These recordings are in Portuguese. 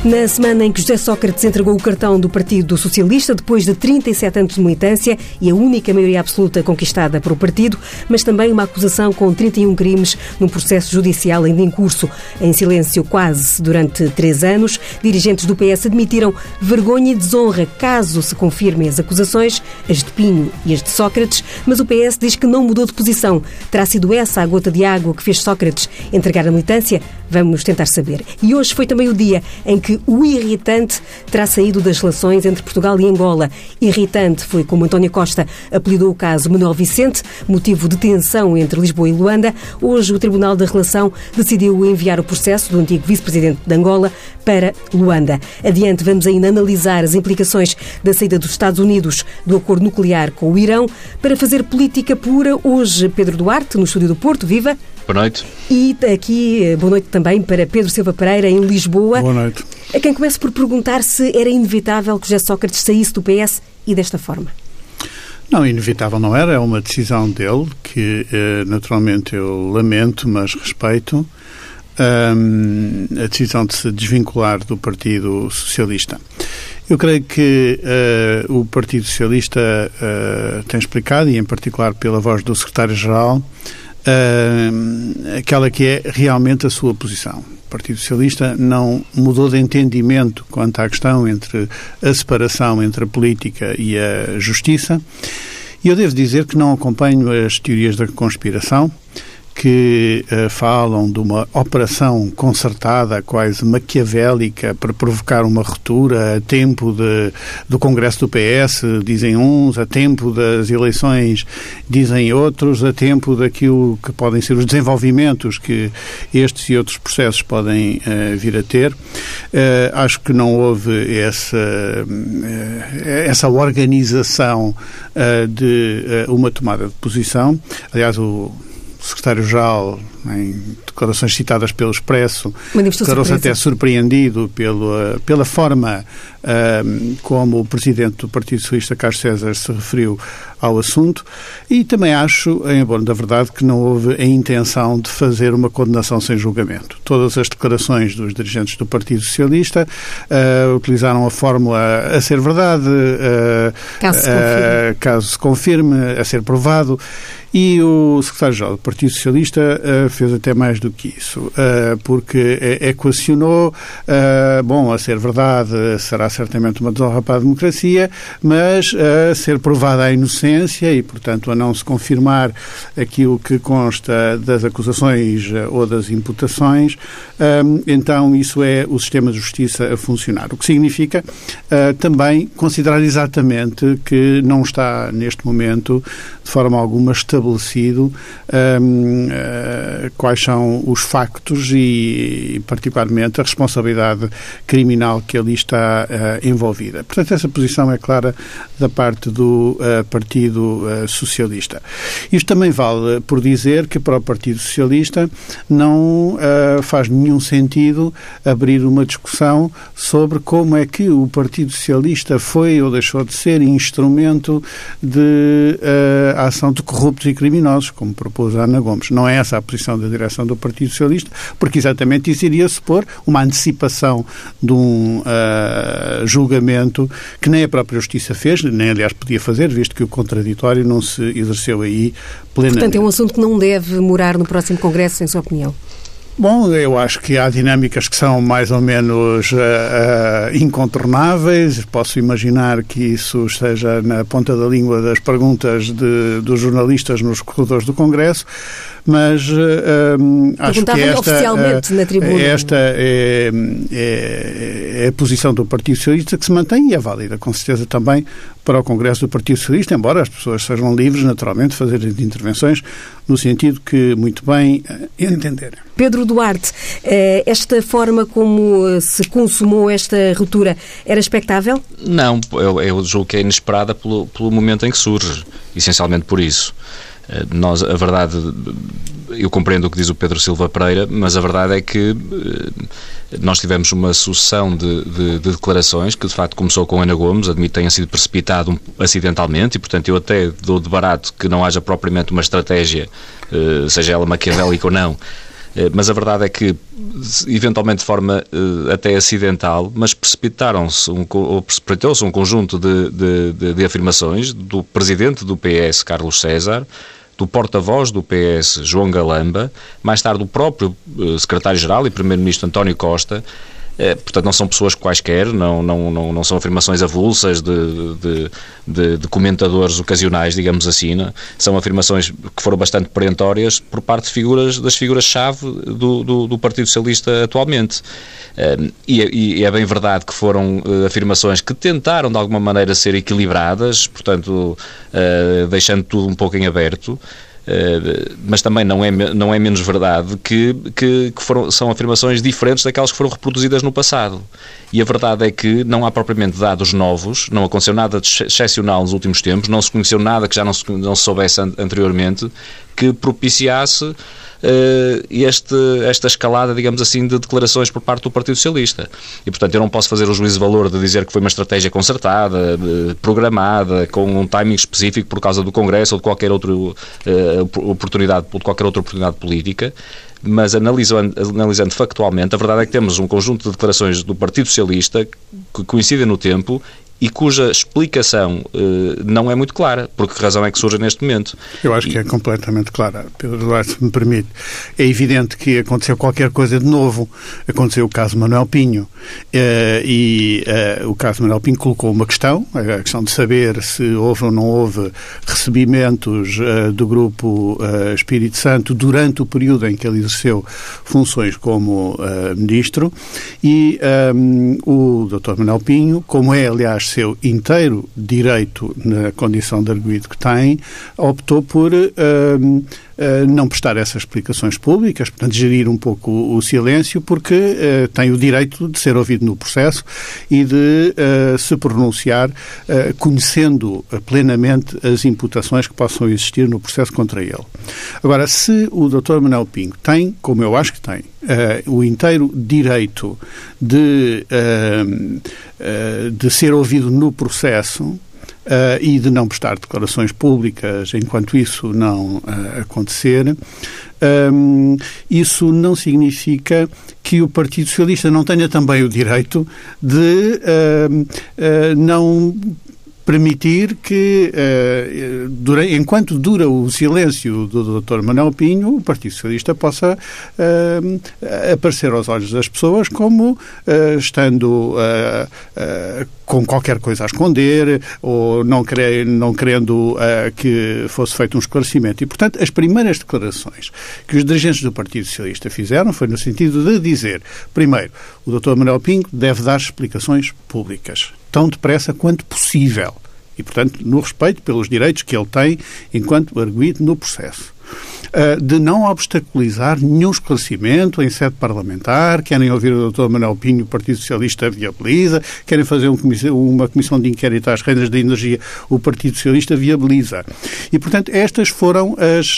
Na semana em que José Sócrates entregou o cartão do Partido Socialista, depois de 37 anos de militância e a única maioria absoluta conquistada por o partido, mas também uma acusação com 31 crimes num processo judicial ainda em curso. Em silêncio quase durante 3 anos, dirigentes do PS admitiram vergonha e desonra caso se confirmem as acusações, as de Pinho e as de Sócrates, mas o PS diz que não mudou de posição. Terá sido essa a gota de água que fez Sócrates entregar a militância? Vamos tentar saber. E hoje foi também o dia em que o irritante terá saído das relações entre Portugal e Angola. Irritante foi como António Costa apelidou o caso Manuel Vicente, motivo de tensão entre Lisboa e Luanda. Hoje o Tribunal da Relação decidiu enviar o processo do antigo vice-presidente de Angola para Luanda. Adiante, vamos ainda analisar as implicações da saída dos Estados Unidos do acordo nuclear com o Irão. Para fazer política pura, hoje Pedro Duarte, no estúdio do Porto. Viva! Boa noite. E aqui, boa noite também para Pedro Silva Pereira, em Lisboa. Boa noite. A quem começo por perguntar se era inevitável que José Sócrates saísse do PS e desta forma. Não, inevitável não era, é uma decisão dele que naturalmente eu lamento, mas respeito. A decisão de se desvincular do Partido Socialista. Eu creio que o Partido Socialista tem explicado, e em particular pela voz do Secretário-Geral, aquela que é realmente a sua posição. O Partido Socialista não mudou de entendimento quanto à questão entre a separação entre a política e a justiça. E eu devo dizer que não acompanho as teorias da conspiração que falam de uma operação concertada, quase maquiavélica, para provocar uma ruptura a tempo do Congresso do PS, dizem uns, a tempo das eleições, dizem outros, a tempo daquilo que podem ser os desenvolvimentos que estes e outros processos podem vir a ter. Acho que não houve essa organização de uma tomada de posição. Aliás, o secretário-geral, em declarações citadas pelo Expresso, declarou-se até surpreendido pela forma como o presidente do Partido Socialista, Carlos César, se referiu ao assunto, e também acho, em abono da verdade, que não houve a intenção de fazer uma condenação sem julgamento. Todas as declarações dos dirigentes do Partido Socialista utilizaram a fórmula a ser verdade, caso se confirme, a ser provado. E o secretário-geral do Partido Socialista fez até mais do que isso, porque equacionou, a ser verdade será certamente uma desonra para a democracia, mas a ser provada a inocência e, portanto, a não se confirmar aquilo que consta das acusações ou das imputações, então isso é o sistema de justiça a funcionar. O que significa também considerar exatamente que não está, neste momento, de forma alguma estabelecido quais são os factos e, particularmente, a responsabilidade criminal que ali está envolvida. Portanto, essa posição é clara da parte do Partido Socialista. Isto também vale por dizer que para o Partido Socialista não faz nenhum sentido abrir uma discussão sobre como é que o Partido Socialista foi ou deixou de ser instrumento de ação de corruptos e criminosos, como propôs a Ana Gomes. Não é essa a posição da direção do Partido Socialista, porque exatamente isso iria supor uma antecipação de um julgamento que nem a própria Justiça fez, nem aliás podia fazer, visto que o contraditório não se exerceu aí plenamente. Portanto, é um assunto que não deve morar no próximo Congresso, em sua opinião? Bom, eu acho que há dinâmicas que são mais ou menos incontornáveis. Posso imaginar que isso esteja na ponta da língua das perguntas dos jornalistas nos corredores do Congresso, mas acho que esta é a posição do Partido Socialista que se mantém e é válida, com certeza, também para o Congresso do Partido Socialista, embora as pessoas sejam livres, naturalmente, de fazerem intervenções no sentido que muito bem entenderem. Pedro Duarte, esta forma como se consumou esta ruptura era expectável? Não, eu julgo que é inesperada pelo momento em que surge, essencialmente por isso. A verdade, eu compreendo o que diz o Pedro Silva Pereira, mas a verdade é que nós tivemos uma sucessão de declarações que de facto começou com Ana Gomes, admito que tenha sido precipitado acidentalmente e portanto eu até dou de barato que não haja propriamente uma estratégia, seja ela maquiavélica ou não, Mas a verdade é que, eventualmente de forma até acidental, mas precipitou-se um conjunto de afirmações do presidente do PS, Carlos César, do porta-voz do PS, João Galamba, mais tarde do próprio secretário-geral e primeiro-ministro António Costa. Portanto, não são pessoas quaisquer, não são afirmações avulsas de comentadores ocasionais, digamos assim, não? São afirmações que foram bastante perentórias por parte das figuras-chave do Partido Socialista atualmente. E é bem verdade que foram afirmações que tentaram, de alguma maneira, ser equilibradas, portanto, deixando tudo um pouco em aberto. Mas também não é menos verdade que são afirmações diferentes daquelas que foram reproduzidas no passado. E a verdade é que não há propriamente dados novos, não aconteceu nada de excepcional nos últimos tempos, não se conheceu nada que já não se soubesse anteriormente que propiciasse esta escalada, digamos assim, de declarações por parte do Partido Socialista. E, portanto, eu não posso fazer o juízo de valor de dizer que foi uma estratégia concertada, programada, com um timing específico por causa do Congresso ou de qualquer outra oportunidade política. Mas analisando factualmente, a verdade é que temos um conjunto de declarações do Partido Socialista que coincidem no tempo e cuja explicação não é muito clara. Por que razão é que surge neste momento? Eu acho que é completamente clara, Pedro Duarte, se me permite. É evidente que aconteceu qualquer coisa de novo. Aconteceu o caso Manuel Pinho. O caso Manuel Pinho colocou uma questão, a questão de saber se houve ou não houve recebimentos do Grupo Espírito Santo durante o período em que ele exerceu funções como ministro. E o Dr. Manuel Pinho, como é, aliás, seu inteiro direito na condição de arguido que tem, optou por não prestar essas explicações públicas, portanto, gerir um pouco o silêncio, porque tem o direito de ser ouvido no processo e de se pronunciar conhecendo plenamente as imputações que possam existir no processo contra ele. Agora, se o Dr. Manuel Pinho tem, como eu acho que tem, o inteiro direito de ser ouvido no processo e de não prestar declarações públicas enquanto isso não acontecer, isso não significa que o Partido Socialista não tenha também o direito de não permitir que, enquanto dura o silêncio do Dr. Manuel Pinho, o Partido Socialista possa aparecer aos olhos das pessoas como estando com qualquer coisa a esconder ou não querendo que fosse feito um esclarecimento. E, portanto, as primeiras declarações que os dirigentes do Partido Socialista fizeram foi no sentido de dizer, primeiro, o Dr. Manuel Pinho deve dar explicações públicas, tão depressa quanto possível. E, portanto, no respeito pelos direitos que ele tem enquanto arguido no processo. De não obstaculizar nenhum esclarecimento em sede parlamentar, querem ouvir o Dr. Manuel Pinho, o Partido Socialista viabiliza, querem fazer uma comissão de inquérito às rendas da energia, o Partido Socialista viabiliza. E, portanto, estas foram as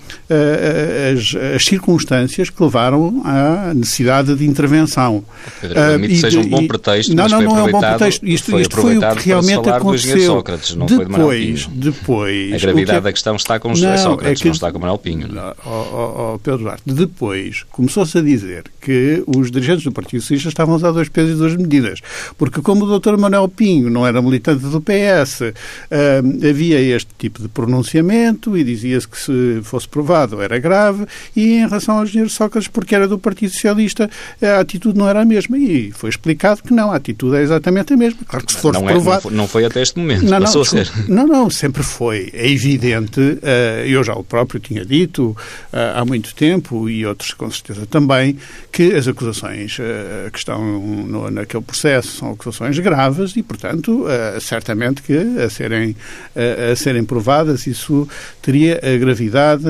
circunstâncias que levaram à necessidade de intervenção. Pedro, admito que seja um bom pretexto, mas não é um bom pretexto. Isto foi o que realmente aconteceu. Sócrates, não foi de Manuel Pinho. Depois, a gravidade da questão está com José Sócrates, não está com Manuel Pinho. Pedro Duarte, depois começou-se a dizer que os dirigentes do Partido Socialista estavam a usar dois pesos e duas medidas, porque como o Dr. Manuel Pinho não era militante do PS, havia este tipo de pronunciamento e dizia-se que se fosse provado era grave, e em relação ao engenheiro Sócrates, porque era do Partido Socialista, a atitude não era a mesma, e foi explicado que não, a atitude é exatamente a mesma. Claro que se for provado... Não foi até este momento, passou a ser. Não, sempre foi. É evidente, eu já o próprio tinha dito há muito tempo, e outros com certeza também, que as acusações que estão naquele processo são acusações graves e, portanto, certamente que a serem provadas, isso teria a gravidade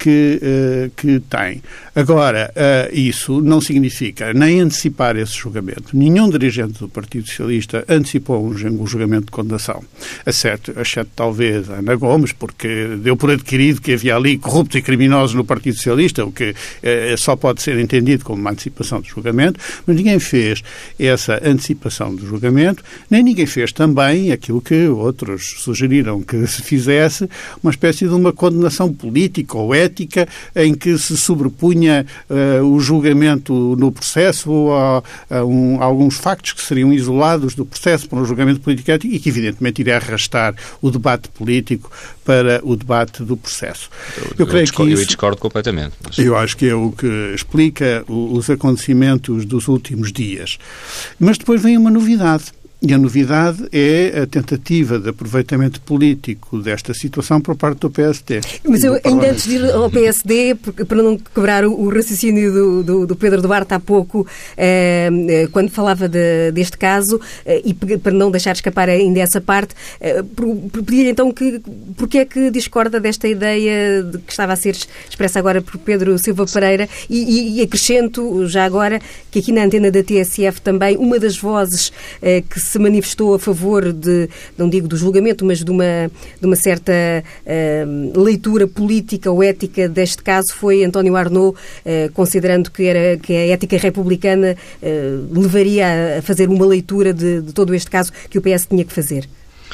que tem. Agora, isso não significa nem antecipar esse julgamento. Nenhum dirigente do Partido Socialista antecipou um julgamento de condenação. Exceto talvez a Ana Gomes, porque deu por adquirido que havia ali corruptos e criminosos no Partido Socialista, o que só pode ser entendido como uma antecipação do julgamento, mas ninguém fez essa antecipação do julgamento, nem ninguém fez também aquilo que outros sugeriram que se fizesse, uma espécie de uma condenação política ou ética ética em que se sobrepunha o julgamento no processo ou a alguns factos que seriam isolados do processo para um julgamento político ético e que, evidentemente, iria arrastar o debate político para o debate do processo. Eu discordo completamente. Eu acho que é o que explica os acontecimentos dos últimos dias. Mas depois vem uma novidade. E a novidade é a tentativa de aproveitamento político desta situação por parte do PSD. Mas eu, ainda antes de ir ao PSD, para não quebrar o raciocínio do Pedro Duarte há pouco, quando falava deste caso, e para não deixar escapar ainda essa parte, pedir então porque é que discorda desta ideia que estava a ser expressa agora por Pedro Silva Pereira e acrescento já agora que aqui na antena da TSF também uma das vozes que se manifestou a favor não digo do julgamento, mas de uma certa leitura política ou ética deste caso foi António Arnaud, considerando que a ética republicana levaria a fazer uma leitura de todo este caso que o PS tinha que fazer.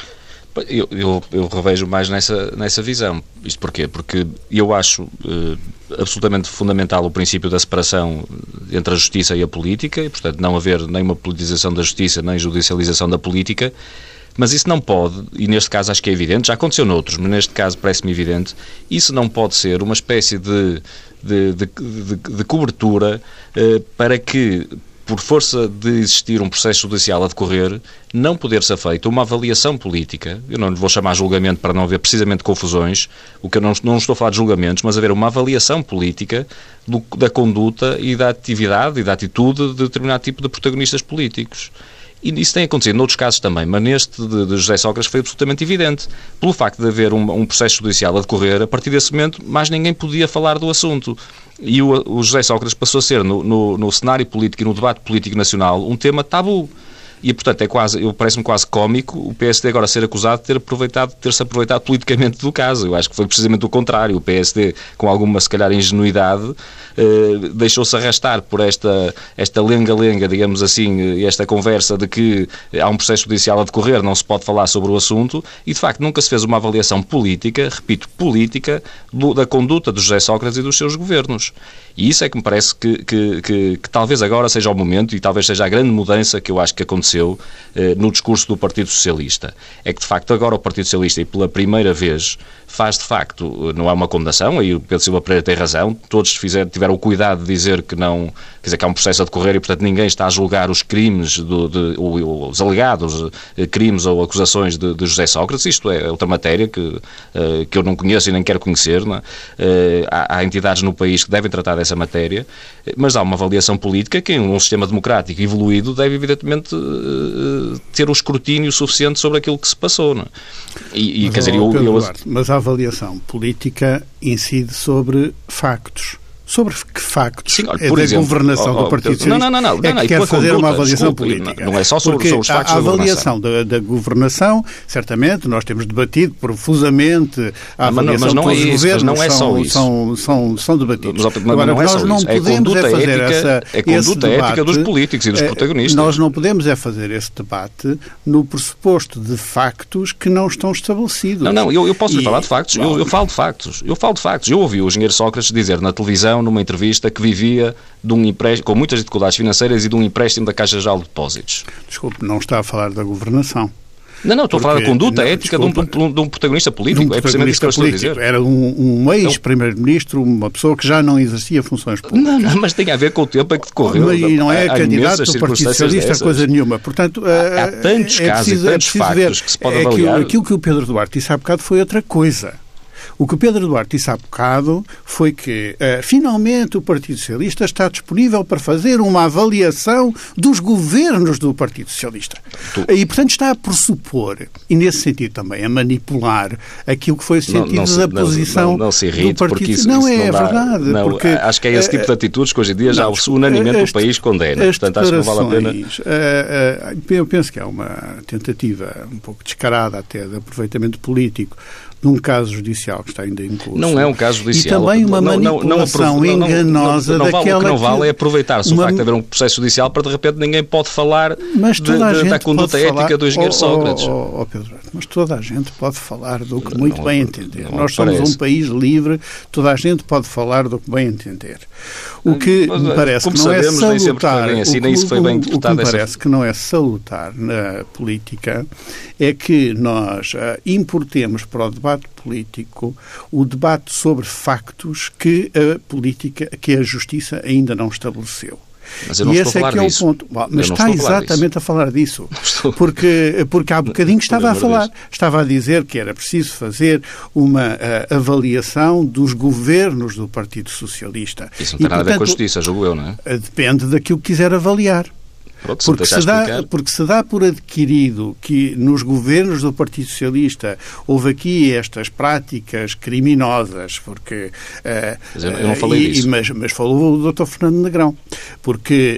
Eu revejo mais nessa visão. Isto porquê? Porque eu acho absolutamente fundamental o princípio da separação entre a justiça e a política, e, portanto, não haver nem uma politização da justiça, nem judicialização da política, mas isso não pode, e neste caso acho que é evidente, já aconteceu noutros, mas neste caso parece-me evidente, isso não pode ser uma espécie de cobertura para que, por força de existir um processo judicial a decorrer, não poder ser feita uma avaliação política, eu não lhe vou chamar julgamento para não haver precisamente confusões, o que eu não estou a falar de julgamentos, mas haver uma avaliação política da conduta e da atividade e da atitude de determinado tipo de protagonistas políticos. E isso tem acontecido noutros casos também, mas neste de José Sócrates foi absolutamente evidente. Pelo facto de haver um processo judicial a decorrer, a partir desse momento mais ninguém podia falar do assunto. E o José Sócrates passou a ser, no cenário político e no debate político nacional, um tema tabu. E, portanto, parece-me quase cómico o PSD agora ser acusado de ter-se aproveitado politicamente do caso. Eu acho que foi precisamente o contrário. O PSD, com alguma, se calhar, ingenuidade, deixou-se arrastar por esta lenga-lenga, digamos assim, esta conversa de que há um processo judicial a decorrer, não se pode falar sobre o assunto, e, de facto, nunca se fez uma avaliação política, repito, política, da conduta do José Sócrates e dos seus governos. E isso é que me parece que talvez agora seja o momento, e talvez seja a grande mudança que eu acho que aconteceu no discurso do Partido Socialista. É que, de facto, agora o Partido Socialista, e pela primeira vez, faz, de facto, não é uma condenação, aí o Pedro Silva Pereira tem razão, todos tiveram o cuidado de dizer que não, quer dizer, que há um processo a decorrer e, portanto, ninguém está a julgar os crimes, os alegados crimes ou acusações de José Sócrates. Isto é outra matéria que eu não conheço e nem quero conhecer. Não é? Há entidades no país que devem tratar dessa matéria, mas há uma avaliação política que, em um sistema democrático evoluído, deve, evidentemente, ter o escrutínio suficiente sobre aquilo que se passou. Não é? Quer dizer, mas a avaliação política incide sobre factos. Sobre que factos? Sim, olha, é da governação do Partido Socialista? Não. Que quer fazer uma avaliação política. Não é só sobre os factos da avaliação da governação, certamente, nós temos debatido profusamente a avaliação de todos os governos. Não é só isso. São debatidos. Agora, não é só isso. É a conduta ética dos políticos e dos protagonistas. Nós não podemos fazer esse debate no pressuposto de factos que não estão estabelecidos. Eu posso lhe falar de factos. Eu falo de factos. Eu ouvi o engenheiro Sócrates dizer na televisão, numa entrevista, que vivia de um empréstimo, com muitas dificuldades financeiras e de um empréstimo da Caixa Geral de Depósitos. Desculpe, não está a falar da governação. Não, estou a falar da conduta ética de um protagonista político. É precisamente isso que eu estou a dizer. Era um ex-primeiro-ministro, uma pessoa que já não exercia funções públicas. Não, mas tem a ver com o tempo em que decorreu. E não é candidato do Partido Socialista, coisa nenhuma. Portanto, há tantos casos e tantos factos que se pode avaliar. Aquilo que o Pedro Duarte disse há bocado foi outra coisa. O que o Pedro Duarte disse há bocado foi que, finalmente, o Partido Socialista está disponível para fazer uma avaliação dos governos do Partido Socialista. E, portanto, está a pressupor, e nesse sentido também a manipular, aquilo que foi o sentido da posição não se irrite, do Partido. Porque isso não é verdade. Porque, acho que é esse tipo de atitudes que hoje em dia já unanimemente o país condena. Portanto, acho que não vale a pena. Eu penso que é uma tentativa um pouco descarada até de aproveitamento político de um caso judicial que está ainda em curso. Não é um caso judicial. E também uma manipulação enganosa daquela... O que não vale é aproveitar-se o facto de haver um processo judicial para, de repente, ninguém pode falar da conduta ética do engenheiro Sócrates. Pedro, mas toda a gente pode falar do que muito bem entender. Nós somos um país livre, toda a gente pode falar do que bem entender. O que me parece que não é salutar... O que me parece que não é salutar na política é que nós importemos para o debate político o debate sobre factos que a política, que a justiça ainda não estabeleceu. Mas eu não estou a falar disso. É o ponto. Mas está exatamente a falar disso. Porque há bocadinho estava a dizer que era preciso fazer uma avaliação dos governos do Partido Socialista. Isso não tem nada a ver com a justiça, julgo eu, não é? Depende daquilo que quiser avaliar. Pronto, porque se dá por adquirido que nos governos do Partido Socialista houve aqui estas práticas criminosas, porque... Mas eu não falei disso. Mas falou o Dr. Fernando Negrão, porque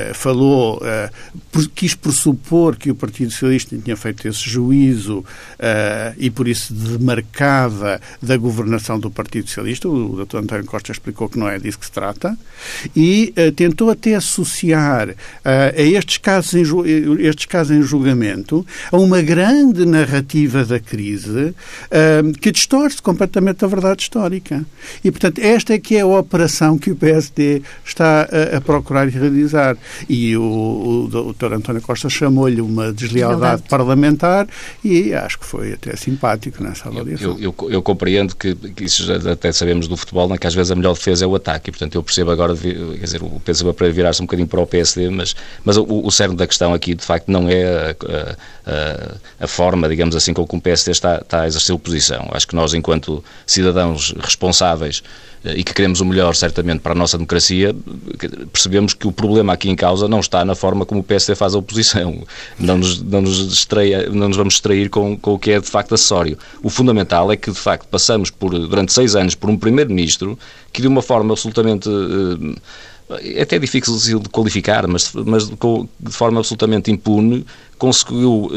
quis pressupor que o Partido Socialista tinha feito esse juízo e por isso demarcava da governação do Partido Socialista. O Dr. António Costa explicou que não é disso que se trata e tentou até associar estes casos em julgamento a uma grande narrativa da crise que distorce completamente a verdade histórica. E, portanto, esta é que é a operação que o PSD está a procurar realizar. E o Dr. António Costa chamou-lhe uma deslealdade parlamentar e acho que foi até simpático nessa avaliação. Eu compreendo que isso já até sabemos do futebol, que às vezes a melhor defesa é o ataque. E, portanto, eu percebo agora, quer dizer, o PSD para virar-se um bocadinho para o PSD, mas o cerne da questão aqui, de facto, não é a forma, digamos assim, com que o PSD está a exercer oposição. Acho que nós, enquanto cidadãos responsáveis e que queremos o melhor, certamente, para a nossa democracia, percebemos que o problema aqui em causa não está na forma como o PSD faz a oposição. Não nos vamos distrair com o que é, de facto, acessório. O fundamental é que, de facto, passamos durante 6 anos por um primeiro-ministro que, de uma forma absolutamente... é até difícil de qualificar, mas de forma absolutamente impune, conseguiu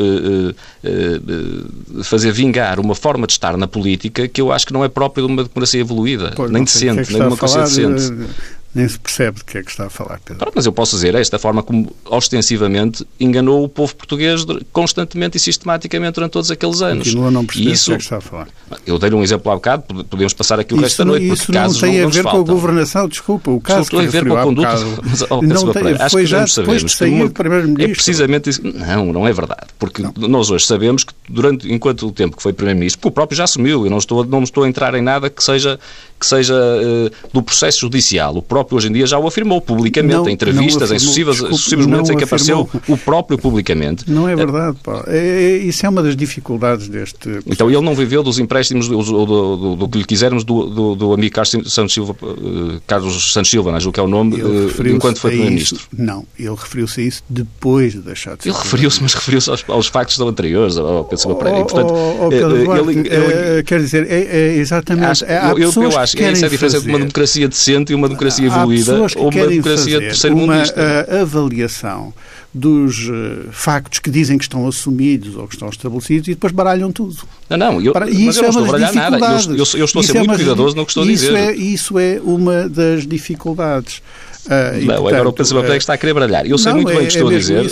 fazer vingar uma forma de estar na política que eu acho que não é própria de uma democracia evoluída, nem decente, nem de uma democracia decente. Nem se percebe de que é que está a falar, Pedro. Mas eu posso dizer, esta forma como ostensivamente enganou o povo português constantemente e sistematicamente durante todos aqueles anos. Continua a não perceber de que é que está a falar. Eu dei-lhe um exemplo há bocado, podemos passar aqui o resto da noite, porque casos não nos faltam. Isso não tem a ver com a governação, desculpa, o caso que referiu há bocado. Acho que devemos saber que é precisamente isso. Não é verdade, porque nós hoje sabemos que enquanto o tempo que foi Primeiro-Ministro, porque o próprio já assumiu, eu não me estou a entrar em nada que seja do processo judicial. O próprio hoje em dia já o afirmou publicamente, em entrevistas, em sucessivos momentos em que apareceu o próprio publicamente. Não é verdade, Paulo. Isso é uma das dificuldades deste... Então ele não viveu dos empréstimos do que lhe quisermos do amigo Carlos Santos Silva, julgo que é o nome, enquanto foi Primeiro-Ministro. Não, ele referiu-se a isso depois de deixar de ser. Ele referiu-se aos factos anteriores, ao Pedro Silva Pereira. Quer dizer, exatamente... Eu acho que essa é a diferença de uma democracia decente e uma democracia evoluída ou uma democracia terceiro-mundista. A avaliação dos factos que dizem que estão assumidos ou que estão estabelecidos e depois baralham tudo. Mas eu não estou a baralhar nada. Eu estou a ser muito cuidadoso no que estou a dizer. Isso é uma das dificuldades. Agora o Pedro Silva Pereira está a querer baralhar. Eu sei muito bem o que estou a dizer.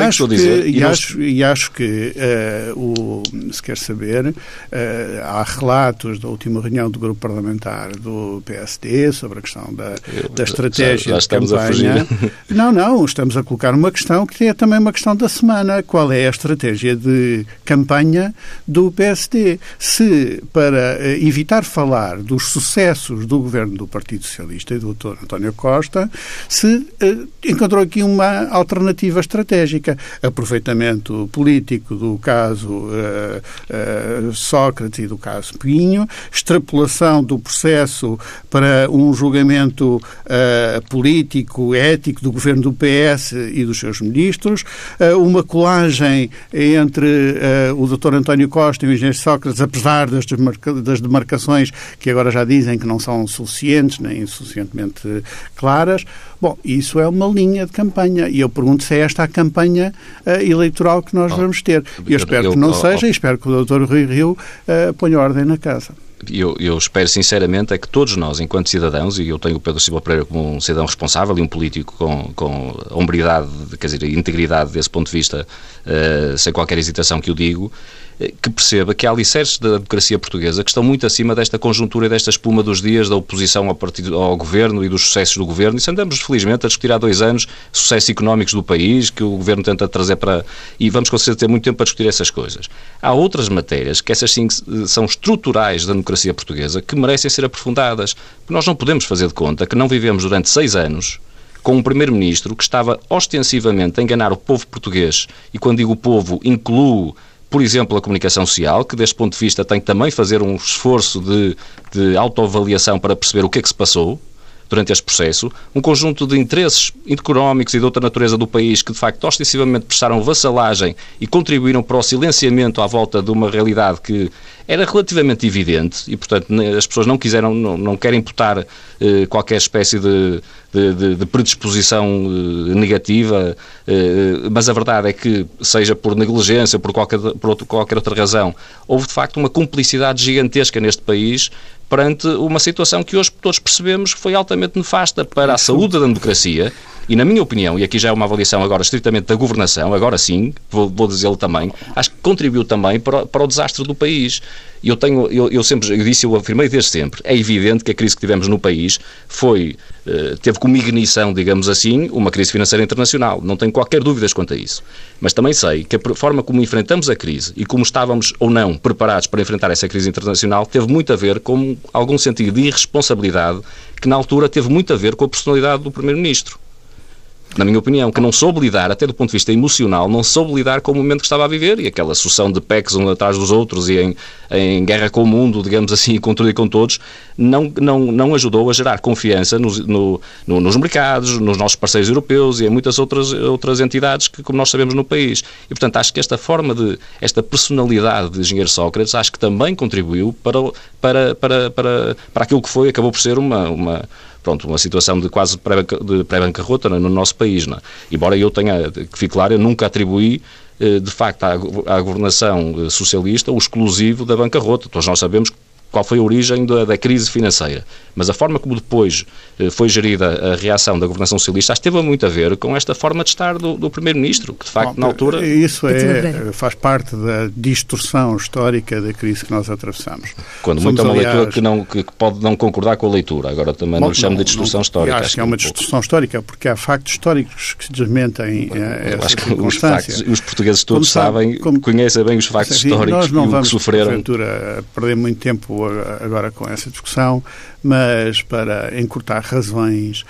E acho que, se quer saber, há relatos da última reunião do grupo parlamentar do PSD sobre a questão da estratégia de campanha. Não, estamos a colocar uma questão que é também uma questão da semana. Qual é a estratégia de campanha do PSD? Se, para evitar falar dos sucessos do governo do Partido Socialista e do Dr. António Costa, se encontrou aqui uma alternativa estratégica. Aproveitamento político do caso Sócrates e do caso Pinho, extrapolação do processo para um julgamento político, ético do governo do PS e dos seus ministros, uma colagem entre o Dr. António Costa e o engenheiro Sócrates, apesar das demarcações que agora já dizem que não são suficientes nem suficientemente claras. Bom, isso é uma linha de campanha e eu pergunto se é esta a campanha eleitoral que nós vamos ter. Eu espero que não seja e espero que o Dr. Rui Rio ponha ordem na casa. Eu espero sinceramente é que todos nós, enquanto cidadãos, e eu tenho o Pedro Silva Pereira como um cidadão responsável e um político com a hombridade, quer dizer, a integridade desse ponto de vista, sem qualquer hesitação que o digo, que perceba que há alicerces da democracia portuguesa que estão muito acima desta conjuntura e desta espuma dos dias da oposição ao governo e dos sucessos do governo. E andamos, felizmente, a discutir há 2 anos sucessos económicos do país, que o governo tenta trazer para... E vamos, com certeza, ter muito tempo para discutir essas coisas. Há outras matérias que essas sim são estruturais da democracia portuguesa que merecem ser aprofundadas. Porque nós não podemos fazer de conta que não vivemos durante 6 anos com um primeiro-ministro que estava ostensivamente a enganar o povo português. E quando digo o povo, incluo, por exemplo, a comunicação social, que deste ponto de vista tem que também fazer um esforço de autoavaliação para perceber o que é que se passou durante este processo, um conjunto de interesses económicos e de outra natureza do país que, de facto, ostensivamente prestaram vassalagem e contribuíram para o silenciamento à volta de uma realidade que era relativamente evidente e, portanto, as pessoas não querem imputar qualquer espécie de predisposição negativa, mas a verdade é que, seja por negligência ou por qualquer outra razão, houve, de facto, uma cumplicidade gigantesca neste país perante uma situação que hoje todos percebemos que foi altamente nefasta para a saúde da democracia e, na minha opinião, e aqui já é uma avaliação agora estritamente da governação, agora sim, vou dizê-lo também, acho que contribuiu também para o desastre do país. Eu afirmei desde sempre, é evidente que a crise que tivemos no país teve como ignição, digamos assim, uma crise financeira internacional. Não tenho qualquer dúvidas quanto a isso. Mas também sei que a forma como enfrentamos a crise e como estávamos ou não preparados para enfrentar essa crise internacional teve muito a ver com algum sentido de irresponsabilidade que na altura teve muito a ver com a personalidade do Primeiro-Ministro. Na minha opinião, que não soube lidar, até do ponto de vista emocional, não soube lidar com o momento que estava a viver e aquela sucessão de PECs uns atrás dos outros e em guerra com o mundo, digamos assim, com tudo e com todos, não ajudou a gerar confiança nos mercados, nos nossos parceiros europeus e em muitas outras entidades que, como nós sabemos, no país. E, portanto, acho que esta personalidade de Engenheiro Sócrates, acho que também contribuiu para aquilo que acabou por ser uma situação de quase pré-bancarrota no nosso país. Não é? Embora eu tenha, que fique claro, eu nunca atribuí, de facto, à governação socialista o exclusivo da bancarrota. Todos nós sabemos qual foi a origem da crise financeira. Mas a forma como depois foi gerida a reação da governação socialista teve muito a ver com esta forma de estar do Primeiro-Ministro, que de facto na altura... Isso faz parte da distorção histórica da crise que nós atravessamos. Quando muito é uma leitura que pode não concordar com a leitura. Agora também não lhe chamo de distorção histórica. Acho que é uma distorção histórica, porque há factos históricos que desmentem essa circunstância. Os portugueses todos conhecem bem os factos históricos nós não vamos, que sofreram. Porventura, perder muito tempo agora com essa discussão, mas para encurtar razões,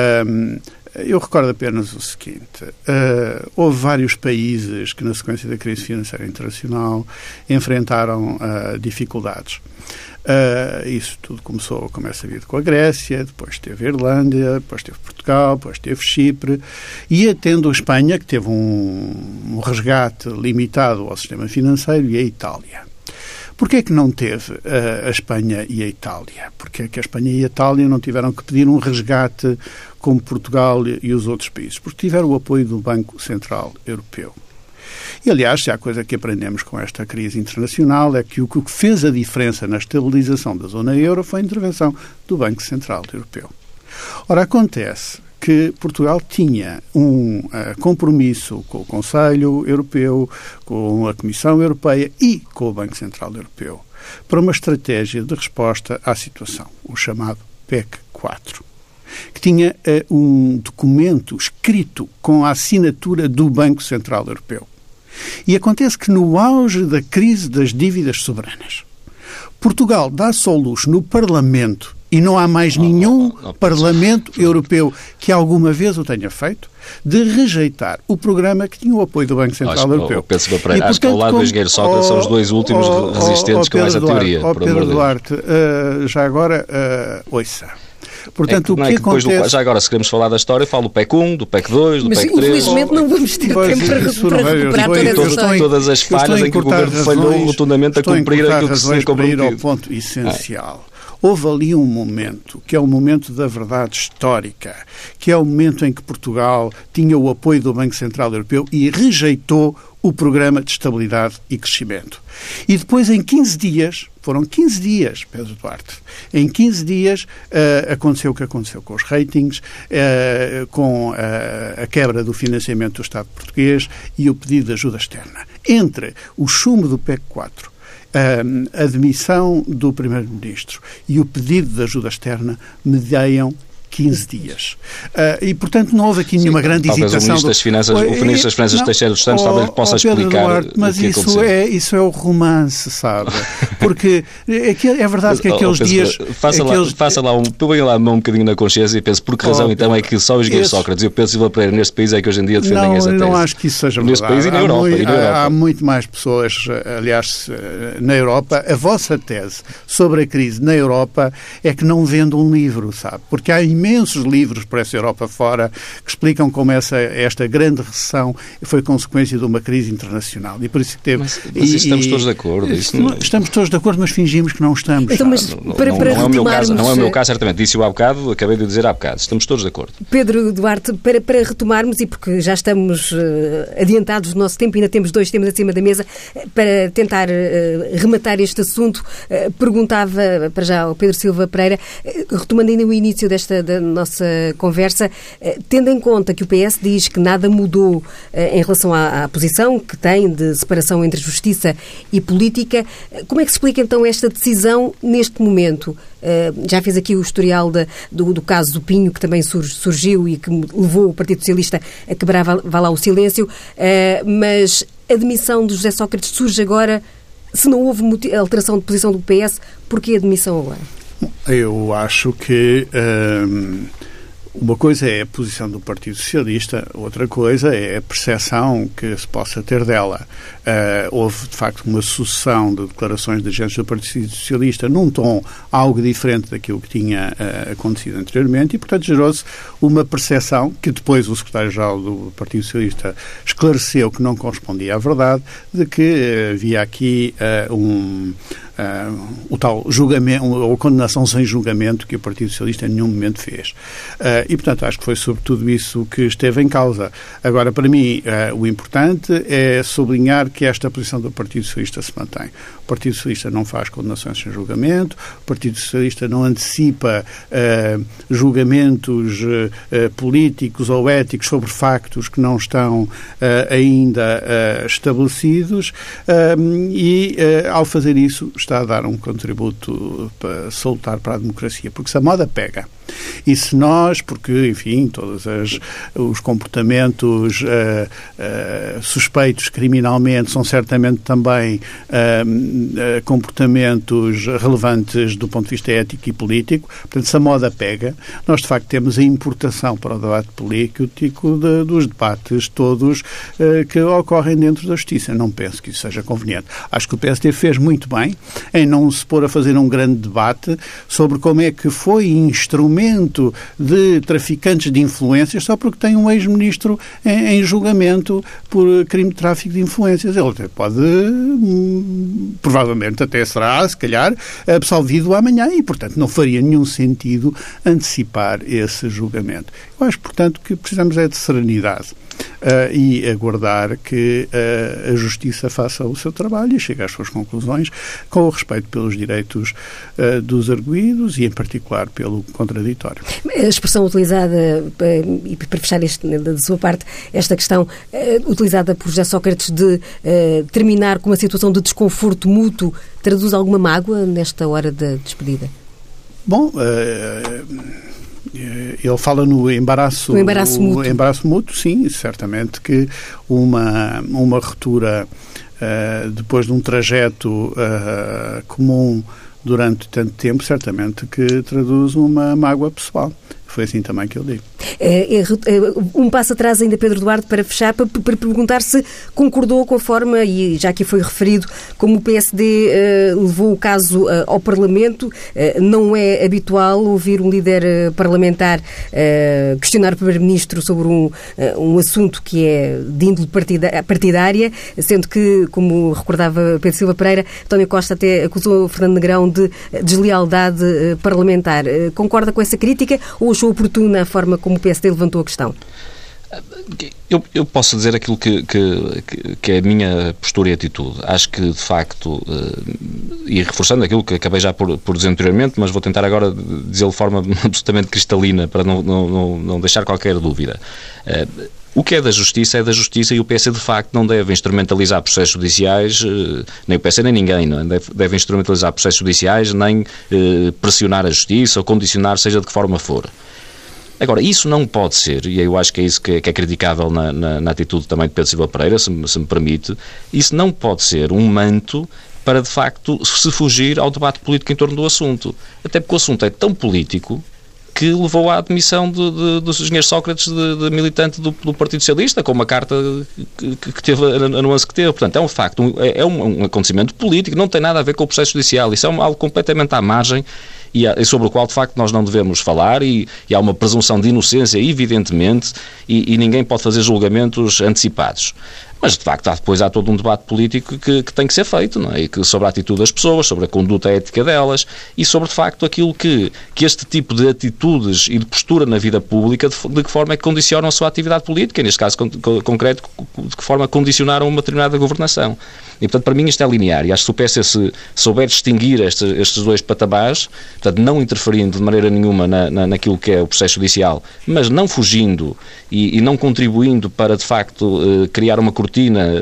eu recordo apenas o seguinte: houve vários países que, na sequência da crise financeira internacional, enfrentaram dificuldades. Isso tudo começou, como é sabido, com a Grécia, depois teve a Irlanda, depois teve Portugal, depois teve Chipre, e tendo a Espanha, que teve um resgate limitado ao sistema financeiro, e a Itália. Porquê é que não teve a Espanha e a Itália? Porquê é que a Espanha e a Itália não tiveram que pedir um resgate como Portugal e os outros países? Porque tiveram o apoio do Banco Central Europeu. E, aliás, se há coisa que aprendemos com esta crise internacional é que o que fez a diferença na estabilização da zona euro foi a intervenção do Banco Central Europeu. Ora, acontece que Portugal tinha um compromisso com o Conselho Europeu, com a Comissão Europeia e com o Banco Central Europeu para uma estratégia de resposta à situação, o chamado PEC 4, que tinha um documento escrito com a assinatura do Banco Central Europeu. E acontece que no auge da crise das dívidas soberanas, Portugal dá-se ao luxo no Parlamento, e não há mais nenhum Parlamento Europeu que alguma vez o tenha feito, de rejeitar o programa que tinha o apoio do Banco Central Europeu. Acho que ao lado do Engenheiro Sócrates são os dois últimos resistentes com essa teoria. Pedro Duarte, já agora, ouça. Portanto, o que acontece... Já agora, se queremos falar da história, falo do PEC 1, do PEC 2, do PEC 3... Mas, infelizmente, não vamos ter tempo para recuperar todas as falhas em que o Governo falhou rotundamente a cumprir aquilo que se tinha comprometido. Para ir ao ponto essencial. Houve ali um momento, que é o momento da verdade histórica, que é o momento em que Portugal tinha o apoio do Banco Central Europeu e rejeitou o programa de estabilidade e crescimento. E depois, em 15 dias, Foram 15 dias, Pedro Duarte. Em 15 dias aconteceu o que aconteceu com os ratings, com a quebra do financiamento do Estado português e o pedido de ajuda externa. Entre o chumbo do PEC 4, a demissão do Primeiro-Ministro e o pedido de ajuda externa, medeiam 15 dias. E, portanto, não houve aqui nenhuma grande hesitação. O Ministro das Finanças Teixeira dos Santos talvez possa explicar Duarte, mas o que aconteceu. Isso é o romance, sabe? Porque é verdade que aqueles dias... Faça lá, põe lá a mão um bocadinho na consciência e pense por que razão então é que só o engenheiro Sócrates e o Pedro Silva Pereira neste país é que hoje em dia defendem essa tese. Não acho que isso seja neste verdade. País e na Europa. Há muito mais pessoas, aliás, na Europa. A vossa tese sobre a crise na Europa é que não vende um livro, sabe? Porque há imensos livros por essa Europa fora que explicam como esta grande recessão foi consequência de uma crise internacional. E por isso que teve... Mas estamos todos de acordo. Estamos todos de acordo, mas fingimos que não estamos. Então, mas não é o meu caso, certamente. Disse-o há bocado, acabei de dizer há bocado. Estamos todos de acordo. Pedro Duarte, para retomarmos, e porque já estamos adiantados do nosso tempo, ainda temos 2 temas acima da mesa, para tentar rematar este assunto, perguntava para já ao Pedro Silva Pereira, retomando ainda o início da nossa conversa, tendo em conta que o PS diz que nada mudou em relação à posição que tem de separação entre justiça e política, como é que se explica então esta decisão neste momento? Já fez aqui o historial do caso do Pinho, que também surgiu e que levou o Partido Socialista a quebrar, vá lá, o silêncio, mas a demissão de José Sócrates surge agora. Se não houve alteração de posição do PS, porquê a demissão agora? Eu acho que uma coisa é a posição do Partido Socialista, outra coisa é a percepção que se possa ter dela. Houve, de facto, uma sucessão de declarações de agentes do Partido Socialista num tom algo diferente daquilo que tinha acontecido anteriormente e, portanto, gerou-se uma percepção que depois o secretário-geral do Partido Socialista esclareceu que não correspondia à verdade, de que havia aqui o tal julgamento, ou condenação sem julgamento que o Partido Socialista em nenhum momento fez. E, portanto, acho que foi sobretudo isso que esteve em causa. Agora, para mim, o importante é sublinhar que esta posição do Partido Socialista se mantém. O Partido Socialista não faz condenações sem julgamento, o Partido Socialista não antecipa julgamentos políticos ou éticos sobre factos que não estão ainda estabelecidos e, ao fazer isso, está a dar um contributo para salutar para a democracia, porque se a moda pega e se nós, porque, enfim, todos os comportamentos suspeitos criminalmente são certamente também comportamentos relevantes do ponto de vista ético e político, portanto, se a moda pega, nós de facto temos a importação para o debate político dos debates todos que ocorrem dentro da justiça. Não penso que isso seja conveniente. Acho que o PSD fez muito bem em não se pôr a fazer um grande debate sobre como é que foi instrumento de traficantes de influências só porque tem um ex-ministro em julgamento por crime de tráfico de influências. Ele até pode, provavelmente até será, se calhar, absolvido amanhã e, portanto, não faria nenhum sentido antecipar esse julgamento. Eu acho, portanto, que precisamos é de serenidade. E aguardar que a Justiça faça o seu trabalho e chegue às suas conclusões com o respeito pelos direitos dos arguidos e, em particular, pelo contraditório. A expressão utilizada, e para fechar da sua parte, esta questão utilizada por José Sócrates de terminar com uma situação de desconforto mútuo, traduz alguma mágoa nesta hora da despedida? Bom... ele fala no embaraço mútuo. Embaraço mútuo, sim, certamente que uma ruptura depois de um trajeto comum durante tanto tempo, certamente que traduz uma mágoa pessoal. Foi assim também que eu digo. Um passo atrás ainda, Pedro Duarte, para fechar, para perguntar se concordou com a forma, e já aqui foi referido, como o PSD levou o caso ao Parlamento. Não é habitual ouvir um líder parlamentar questionar o Primeiro-Ministro sobre um assunto que é de índole partidária, sendo que, como recordava Pedro Silva Pereira, António Costa até acusou Fernando Negrão de deslealdade parlamentar. Concorda com essa crítica ou achou oportuna a forma como o PSD levantou a questão? Eu posso dizer aquilo que é a minha postura e atitude. Acho que, de facto, e reforçando aquilo que acabei já por dizer anteriormente, mas vou tentar agora dizê-lo de forma absolutamente cristalina para não deixar qualquer dúvida. O que é da Justiça e o PS, de facto, não deve instrumentalizar processos judiciais, nem o PS nem ninguém, não é? Deve instrumentalizar processos judiciais, nem pressionar a Justiça ou condicionar, seja de que forma for. Agora, isso não pode ser, e eu acho que é isso que é criticável na atitude também de Pedro Silva Pereira, se me permite, isso não pode ser um manto para, de facto, se fugir ao debate político em torno do assunto. Até porque o assunto é tão político que levou à admissão do engenheiro Sócrates de militante do Partido Socialista, com uma carta que teve a nuance que teve. Portanto, é um facto, é um acontecimento político, não tem nada a ver com o processo judicial. Isso é algo completamente à margem e sobre o qual, de facto, nós não devemos falar e há uma presunção de inocência, evidentemente, e ninguém pode fazer julgamentos antecipados. Mas, de facto, depois há todo um debate político que tem que ser feito, não é? Sobre a atitude das pessoas, sobre a conduta ética delas e sobre, de facto, aquilo que este tipo de atitudes e de postura na vida pública, de que forma é que condicionam a sua atividade política, e neste caso concreto, de que forma condicionaram uma determinada governação. E, portanto, para mim isto é linear. E acho que se o PS souber distinguir estes dois patamares, portanto, não interferindo de maneira nenhuma naquilo que é o processo judicial, mas não fugindo e não contribuindo para, de facto, criar uma cortina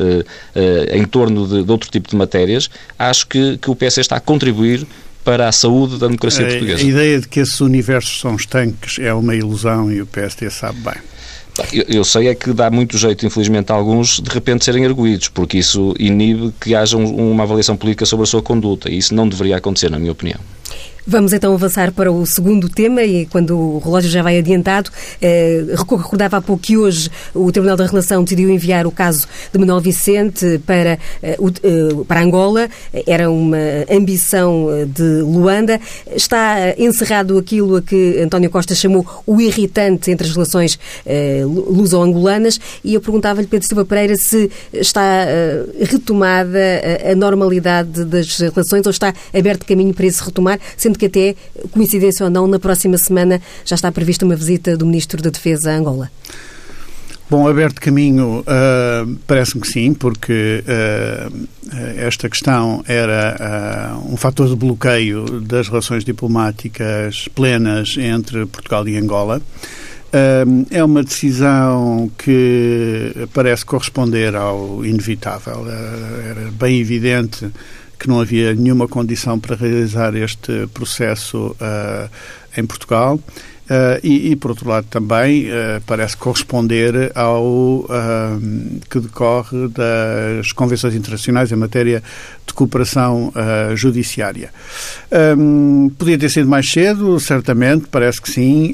em torno de outro tipo de matérias, acho que o PS está a contribuir para a saúde da democracia portuguesa. A ideia de que esses universos são estanques é uma ilusão e o PSD sabe bem. Eu sei é que dá muito jeito, infelizmente, a alguns de repente serem arguídos, porque isso inibe que haja uma avaliação política sobre a sua conduta, e isso não deveria acontecer, na minha opinião. Vamos então avançar para o segundo tema e quando o relógio já vai adiantado, recordava há pouco que hoje o Tribunal da Relação decidiu enviar o caso de Manuel Vicente para Angola. Era uma ambição de Luanda. Está encerrado aquilo a que António Costa chamou o irritante entre as relações luso-angolanas e eu perguntava-lhe, Pedro Silva Pereira, se está retomada a normalidade das relações ou está aberto caminho para esse retomar, sendo que até, coincidência ou não, na próxima semana já está prevista uma visita do Ministro da Defesa a Angola. Bom, aberto caminho, parece-me que sim, porque esta questão era um fator de bloqueio das relações diplomáticas plenas entre Portugal e Angola. É uma decisão que parece corresponder ao inevitável. Era bem evidente que não havia nenhuma condição para realizar este processo em Portugal e, por outro lado, também parece corresponder ao que decorre das convenções internacionais em matéria de cooperação judiciária. Podia ter sido mais cedo, certamente, parece que sim,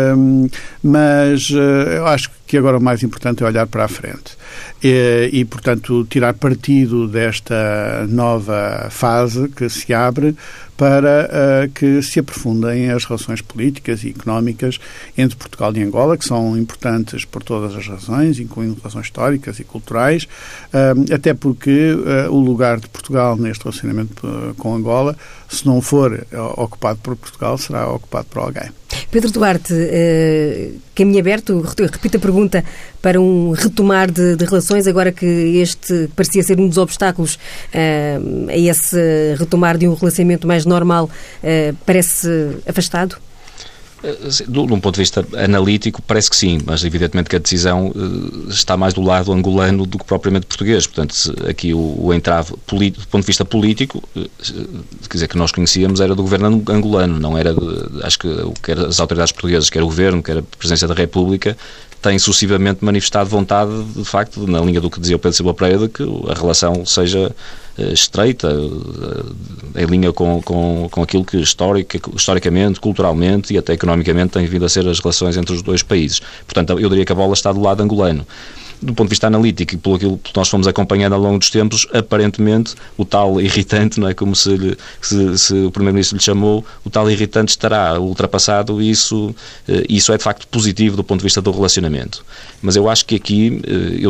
mas eu acho que agora o mais importante é olhar para a frente e, portanto, tirar partido desta nova fase que se abre para que se aprofundem as relações políticas e económicas entre Portugal e Angola, que são importantes por todas as razões, incluindo relações históricas e culturais, até porque o lugar de Portugal neste relacionamento com Angola, se não for ocupado por Portugal, será ocupado por alguém. Pedro Duarte, caminho aberto, repito a pergunta, para um retomar de relações, agora que este parecia ser um dos obstáculos a esse retomar de um relacionamento mais normal, parece afastado? De um ponto de vista analítico, parece que sim, mas evidentemente que a decisão está mais do lado angolano do que propriamente português. Portanto, aqui o entrave, do ponto de vista político, quer dizer, que nós conhecíamos era do governo angolano, não era, acho que quer as autoridades portuguesas, quer o governo, quer a Presidência da República, têm sucessivamente manifestado vontade, de facto, na linha do que dizia o Pedro Silva Pereira, de que a relação seja estreita, em linha com aquilo que historicamente, culturalmente e até economicamente têm vindo a ser as relações entre os dois países. Portanto, eu diria que a bola está do lado angolano. Do ponto de vista analítico e pelo aquilo que nós fomos acompanhando ao longo dos tempos, aparentemente o tal irritante, não é, como se o Primeiro-Ministro lhe chamou, o tal irritante estará ultrapassado e isso é de facto positivo do ponto de vista do relacionamento. Mas eu acho que aqui,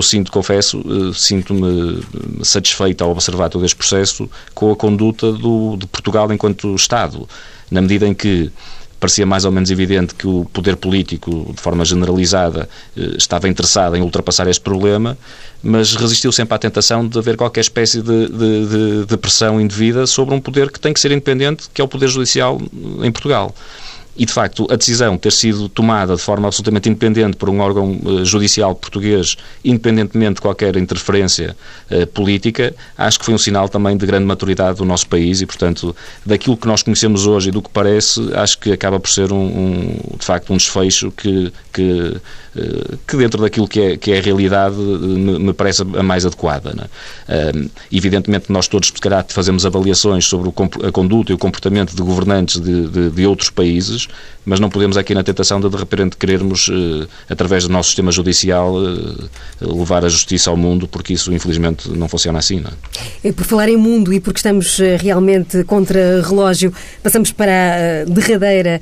sinto-me satisfeito ao observar todo este processo com a conduta de Portugal enquanto Estado, na medida em que parecia mais ou menos evidente que o poder político, de forma generalizada, estava interessado em ultrapassar este problema, mas resistiu sempre à tentação de haver qualquer espécie de pressão indevida sobre um poder que tem que ser independente, que é o Poder Judicial em Portugal. E, de facto, a decisão ter sido tomada de forma absolutamente independente por um órgão judicial português, independentemente de qualquer interferência política, acho que foi um sinal também de grande maturidade do nosso país e, portanto, daquilo que nós conhecemos hoje e do que parece, acho que acaba por ser, de facto, um desfecho que dentro daquilo que é a realidade me parece a mais adequada. Não é? Evidentemente, nós todos, se calhar, fazemos avaliações sobre a conduta e o comportamento de governantes de outros países, mas não podemos aqui na tentação de repente querermos, através do nosso sistema judicial, levar a justiça ao mundo, porque isso infelizmente não funciona assim, não é? Por falar em mundo e porque estamos realmente contra relógio, passamos para a derradeira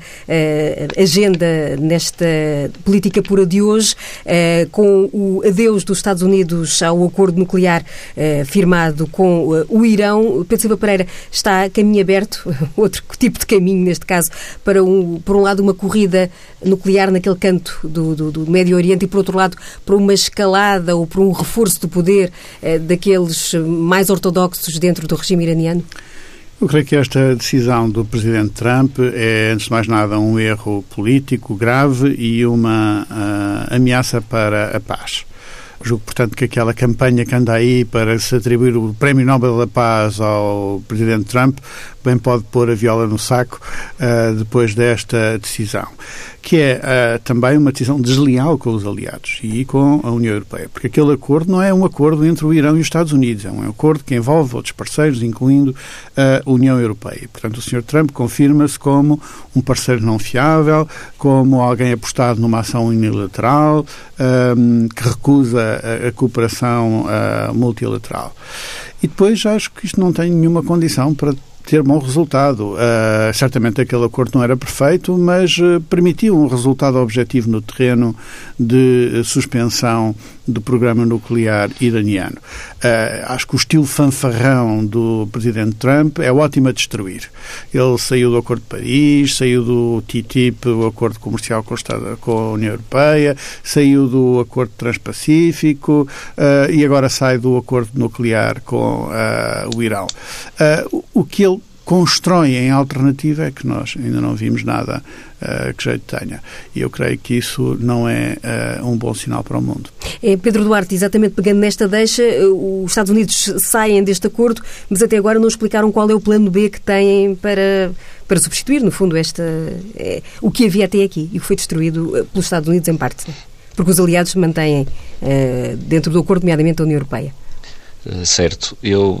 agenda nesta política pura de hoje, com o adeus dos Estados Unidos ao acordo nuclear firmado com o Irão. Pedro Silva Pereira, está caminho aberto, outro tipo de caminho neste caso, para por um lado uma corrida nuclear naquele canto do Médio Oriente e por outro lado para uma escalada ou para um reforço do poder daqueles mais ortodoxos dentro do regime iraniano? Eu creio que esta decisão do Presidente Trump é, antes de mais nada, um erro político grave e uma ameaça para a paz. Julgo, portanto, que aquela campanha que anda aí para se atribuir o Prémio Nobel da Paz ao Presidente Trump bem pode pôr a viola no saco depois desta decisão, que é também uma decisão desleal com os aliados e com a União Europeia, porque aquele acordo não é um acordo entre o Irão e os Estados Unidos, é um acordo que envolve outros parceiros, incluindo a União Europeia. Portanto, o Sr. Trump confirma-se como um parceiro não fiável, como alguém apostado numa ação unilateral, que recusa a cooperação multilateral. E depois acho que isto não tem nenhuma condição para ter bom resultado. Certamente aquele acordo não era perfeito, mas permitiu um resultado objetivo no terreno de suspensão do programa nuclear iraniano. Acho que o estilo fanfarrão do Presidente Trump é ótimo a destruir. Ele saiu do Acordo de Paris, saiu do TTIP, o Acordo Comercial com a União Europeia, saiu do Acordo Transpacífico e agora sai do Acordo Nuclear com o Irão. O que ele constrói em alternativa é que nós ainda não vimos nada que jeito tenha. E eu creio que isso não é um bom sinal para o mundo. Pedro Duarte, exatamente pegando nesta deixa, os Estados Unidos saem deste acordo, mas até agora não explicaram qual é o plano B que têm para substituir, no fundo, o que havia até aqui e o que foi destruído pelos Estados Unidos em parte. Porque os aliados mantêm dentro do acordo, nomeadamente a União Europeia. Certo. Eu,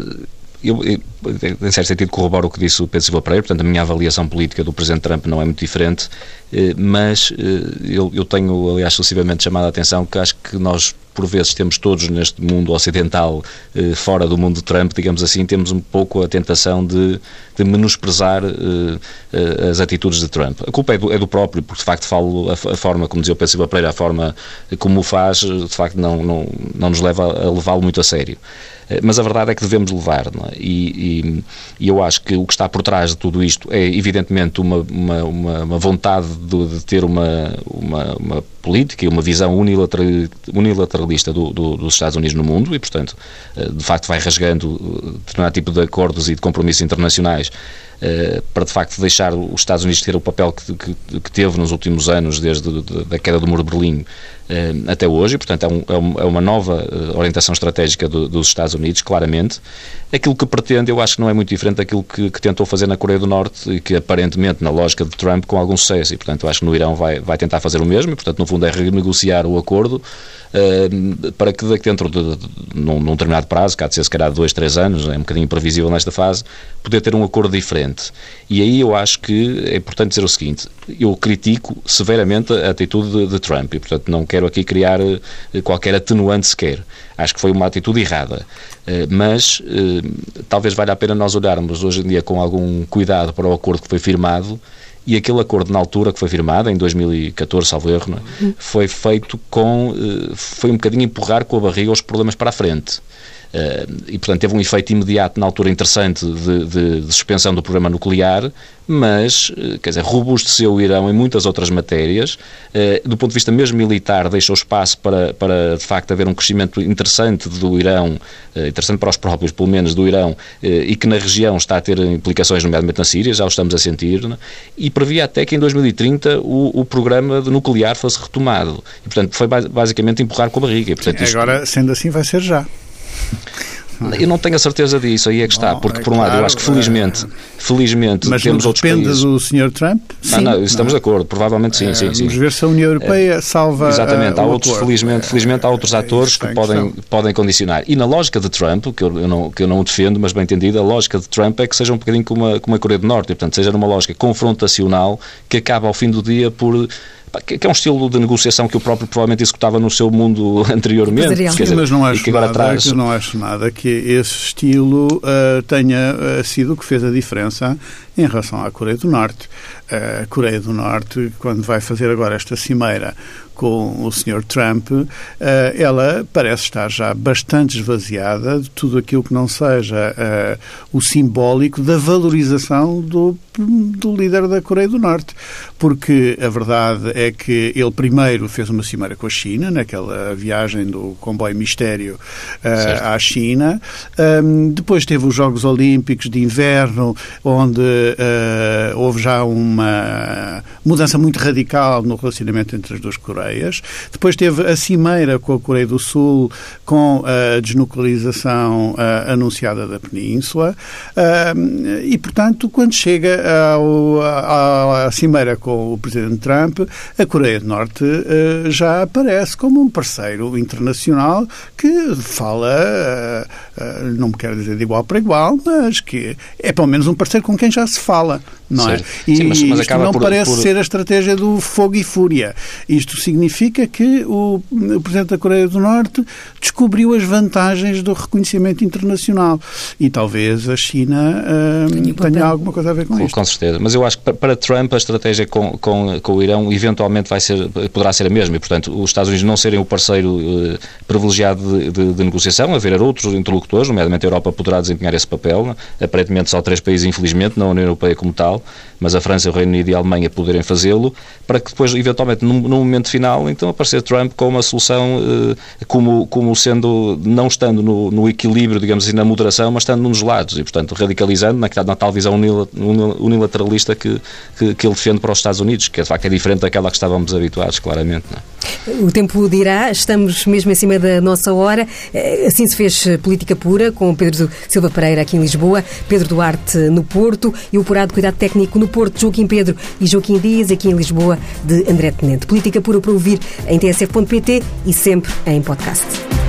em certo sentido, corroboro o que disse o Pedro Silva Pereira. Portanto, a minha avaliação política do Presidente Trump não é muito diferente, mas eu tenho, aliás, sucessivamente chamado a atenção que acho que nós, por vezes, temos todos neste mundo ocidental, fora do mundo de Trump, digamos assim, temos um pouco a tentação de menosprezar as atitudes de Trump. A culpa é do próprio, porque de facto falo a forma, como dizia o Pedro Silva Pereira, a forma como o faz, de facto não nos leva a levá-lo muito a sério. Mas a verdade é que devemos levar, não é? E eu acho que o que está por trás de tudo isto é, evidentemente, uma vontade de ter uma política e uma visão unilateralista dos Estados Unidos no mundo e, portanto, de facto vai rasgando determinado tipo de acordos e de compromissos internacionais para, de facto, deixar os Estados Unidos ter o papel que teve nos últimos anos, desde a queda do Muro de Berlim até hoje, e, portanto, é uma nova orientação estratégica dos Estados Unidos, claramente. Aquilo que pretende, eu acho que não é muito diferente daquilo que tentou fazer na Coreia do Norte e que, aparentemente, na lógica de Trump, com algum sucesso, e, portanto, eu acho que no Irão vai tentar fazer o mesmo, e, portanto, no fundo é renegociar o acordo para que dentro num determinado prazo, que há de ser se calhar 2, 3 anos, é um bocadinho imprevisível nesta fase, poder ter um acordo diferente. E aí eu acho que é importante dizer o seguinte: eu critico severamente a atitude de Trump e, portanto, não quero aqui criar qualquer atenuante sequer. Acho que foi uma atitude errada. Mas talvez valha a pena nós olharmos hoje em dia com algum cuidado para o acordo que foi firmado. E aquele acordo na altura que foi firmado, em 2014, salvo erro, não é? Foi feito foi um bocadinho empurrar com a barriga os problemas para a frente. e, portanto, teve um efeito imediato na altura interessante de suspensão do programa nuclear, mas, quer dizer, robusteceu o Irão em muitas outras matérias. Do ponto de vista mesmo militar, deixou espaço para de facto, haver um crescimento interessante do Irão, interessante para os próprios, pelo menos, do Irão, e que na região está a ter implicações, nomeadamente na Síria, já o estamos a sentir, né? E previa até que em 2030 o programa nuclear fosse retomado. E, portanto, foi basicamente empurrar com a barriga. E, portanto, agora, sendo assim, vai ser já. Eu não tenho a certeza disso, aí é que está, porque por um lado eu acho que felizmente mas temos outros países... Mas depende do Sr. Trump? Sim, não, estamos de acordo, provavelmente sim. Vamos ver se a União Europeia salva exatamente, há outros, acordo. felizmente há outros atores que podem condicionar. E na lógica de Trump, que eu não o defendo, mas bem entendido, a lógica de Trump é que seja um bocadinho como a Coreia do Norte, e, portanto, seja numa lógica confrontacional que acaba ao fim do dia por... que é um estilo de negociação que eu próprio provavelmente executava no seu mundo anteriormente. Mas não acho nada que esse estilo tenha sido o que fez a diferença em relação à Coreia do Norte. A Coreia do Norte, quando vai fazer agora esta cimeira com o Sr. Trump, ela parece estar já bastante esvaziada de tudo aquilo que não seja o simbólico da valorização do líder da Coreia do Norte. Porque a verdade é que ele primeiro fez uma cimeira com a China, naquela viagem do comboio mistério à China. Depois teve os Jogos Olímpicos de Inverno, onde houve já uma mudança muito radical no relacionamento entre as duas Coreias. Depois teve a cimeira com a Coreia do Sul, com a desnuclearização anunciada da Península. E, portanto, quando chega à cimeira com o Presidente Trump, a Coreia do Norte já aparece como um parceiro internacional que fala, não me quero dizer de igual para igual, mas que é pelo menos um parceiro com quem já se fala, não é? E sim, mas isto não parece ser a estratégia do fogo e fúria. Isto significa que o Presidente da Coreia do Norte descobriu as vantagens do reconhecimento internacional e talvez a China tenha alguma coisa a ver com isto. Com certeza, mas eu acho que para Trump a estratégia com o Irão eventualmente poderá ser a mesma e, portanto, os Estados Unidos não serem o parceiro privilegiado de negociação, haver outros interlocutores, nomeadamente a Europa poderá desempenhar esse papel, né? Aparentemente só 3 países, infelizmente, não a União Europeia como tal, mas a França, o Reino Unido e a Alemanha poderem fazê-lo, para que depois, eventualmente, no momento final, então aparecer Trump com uma solução como sendo, não estando no equilíbrio, digamos assim, na moderação, mas estando num dos lados e, portanto, radicalizando na tal visão unilateralista que ele defende para os Estados Unidos, que de facto é diferente daquela que estávamos habituados, claramente. Não é? O tempo dirá, estamos mesmo em cima da nossa hora. Assim se fez Política Pura, com Pedro Silva Pereira aqui em Lisboa, Pedro Duarte no Porto e o Apurado Cuidado Técnico no Porto, Joaquim Pedro e Joaquim Dias, aqui em Lisboa, de André Tenente. Política Pura para ouvir em tsf.pt e sempre em podcast.